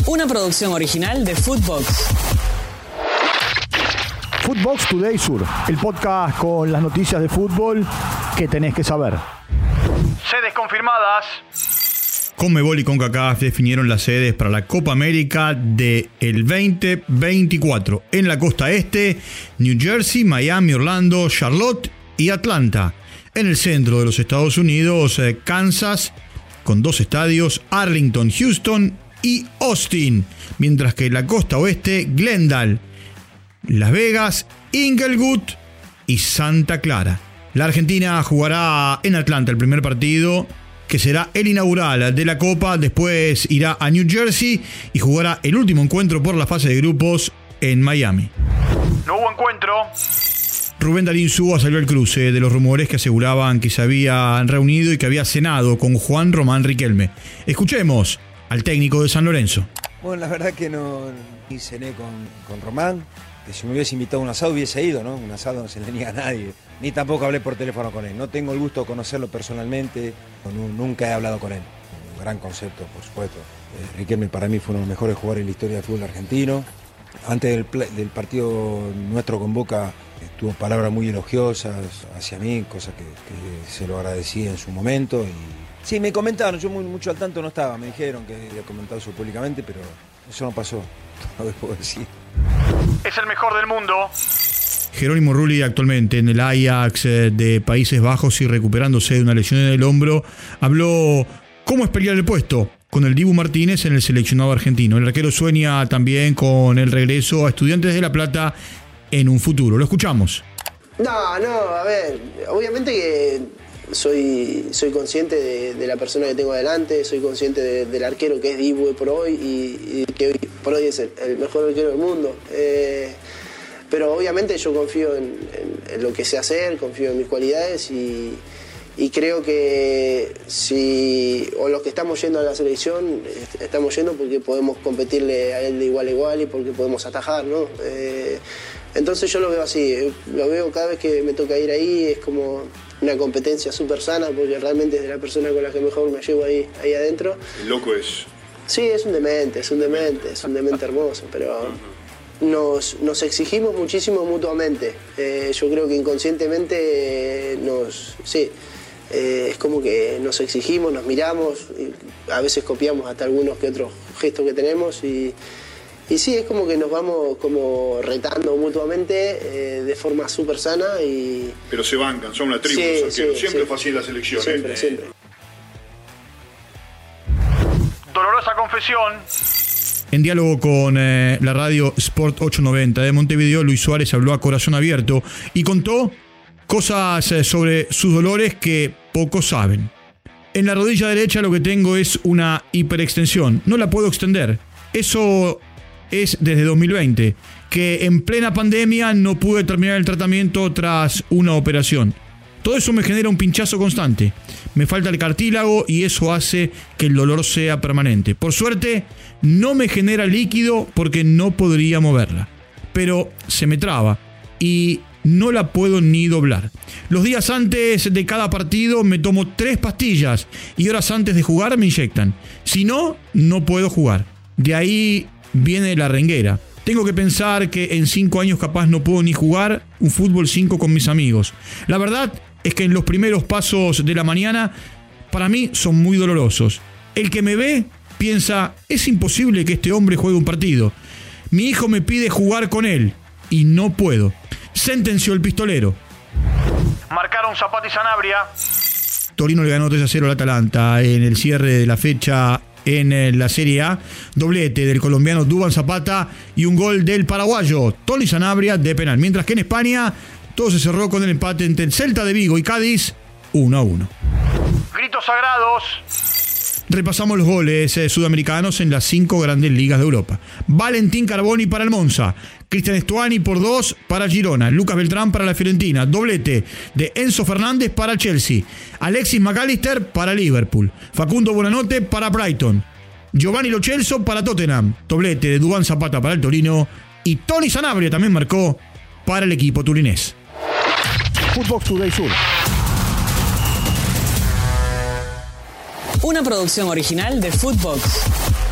Una producción original de Footbox. Footbox Today Sur, el podcast con las noticias de fútbol que tenés que saber. Sedes confirmadas. Conmebol y CONCACAF definieron las sedes para la Copa América del 2024. En la costa este, New Jersey, Miami, Orlando, Charlotte y Atlanta. En el centro de los Estados Unidos, Kansas, con 2 estadios, Arlington, Houston y Austin. Mientras que en la costa oeste, Glendale, Las Vegas, Inglewood y Santa Clara. La Argentina jugará en Atlanta el primer partido, que será el inaugural de la Copa. Después irá a New Jersey y jugará el último encuentro por la fase de grupos en Miami. No hubo encuentro. Rubén Darín Súa salió al cruce de los rumores que aseguraban que se habían reunido y que había cenado con Juan Román Riquelme. Escuchemos al técnico de San Lorenzo. Bueno, la verdad que no cené con Román, que si me hubiese invitado a un asado hubiese ido, ¿no? Un asado no se le niega a nadie. Ni tampoco hablé por teléfono con él. No tengo el gusto de conocerlo personalmente, nunca he hablado con él. Un gran concepto, por supuesto. Riquelme para mí fue uno de los mejores jugadores en la historia del fútbol argentino. Antes del partido nuestro con Boca, tuvo palabras muy elogiosas hacia mí, cosa que se lo agradecí en su momento. Y sí, me comentaron, yo mucho al tanto no estaba, me dijeron que había comentado eso públicamente, pero eso no pasó, no les puedo decir. Es el mejor del mundo. Jerónimo Rulli, actualmente en el Ajax de Países Bajos y recuperándose de una lesión en el hombro, habló cómo es pelear el puesto con el Dibu Martínez en el seleccionado argentino. El arquero sueña también con el regreso a Estudiantes de La Plata en un futuro. Lo escuchamos. No, a ver, obviamente que soy consciente de la persona que tengo adelante, soy consciente del arquero que es Dibu hoy por hoy y que hoy por hoy es el mejor arquero del mundo. Pero obviamente yo confío en lo que sé hacer, confío en mis cualidades y creo que los que estamos yendo a la selección, estamos yendo porque podemos competirle a él de igual a igual y porque podemos atajar, ¿no? Entonces yo lo veo así, lo veo cada vez que me toca ir ahí, es como una competencia súper sana porque realmente es de la persona con la que mejor me llevo ahí adentro. El loco es... Sí, es un demente hermoso, pero nos exigimos muchísimo mutuamente. Yo creo que inconscientemente es como que nos exigimos, nos miramos, y a veces copiamos hasta algunos que otros gestos que tenemos y sí, es como que nos vamos como retando mutuamente de forma súper sana. Pero se bancan, son una tribu, siempre fue así en la selección. Siempre. Dolorosa confesión. En diálogo con la radio Sport 890 de Montevideo, Luis Suárez habló a corazón abierto y contó cosas sobre sus dolores que pocos saben. En la rodilla derecha lo que tengo es una hiperextensión, no la puedo extender. Eso es desde 2020, que en plena pandemia no pude terminar el tratamiento tras una operación. Todo eso me genera un pinchazo constante. Me falta el cartílago y eso hace que el dolor sea permanente. Por suerte, no me genera líquido porque no podría moverla. Pero se me traba y no la puedo ni doblar. Los días antes de cada partido me tomo 3 pastillas y horas antes de jugar me inyectan. Si no, no puedo jugar. De ahí viene la renguera. Tengo que pensar que en 5 años capaz no puedo ni jugar un fútbol 5 con mis amigos. La verdad es que en los primeros pasos de la mañana para mí son muy dolorosos. El que me ve piensa, es imposible que este hombre juegue un partido. Mi hijo me pide jugar con él y no puedo. Sentenció el pistolero. Marcaron Zapata y Sanabria. Torino le ganó 3-0 al Atalanta en el cierre de la fecha en la Serie A. Doblete del colombiano Duván Zapata y un gol del paraguayo Tony Sanabria de penal. Mientras que en España todo se cerró con el empate entre el Celta de Vigo y Cádiz 1-1. Gritos sagrados. Repasamos los goles sudamericanos en las 5 grandes ligas de Europa. Valentín Carboni para el Monza, Cristian Stuani por 2 para Girona, Lucas Beltrán para la Fiorentina, doblete de Enzo Fernández para el Chelsea, Alexis McAllister para Liverpool, Facundo Buonanotte para Brighton, Giovanni Lo Celso para Tottenham, doblete de Duván Zapata para el Torino y Tony Sanabria también marcó para el equipo turinés. Footbox Today Sur. Una producción original de Footbox.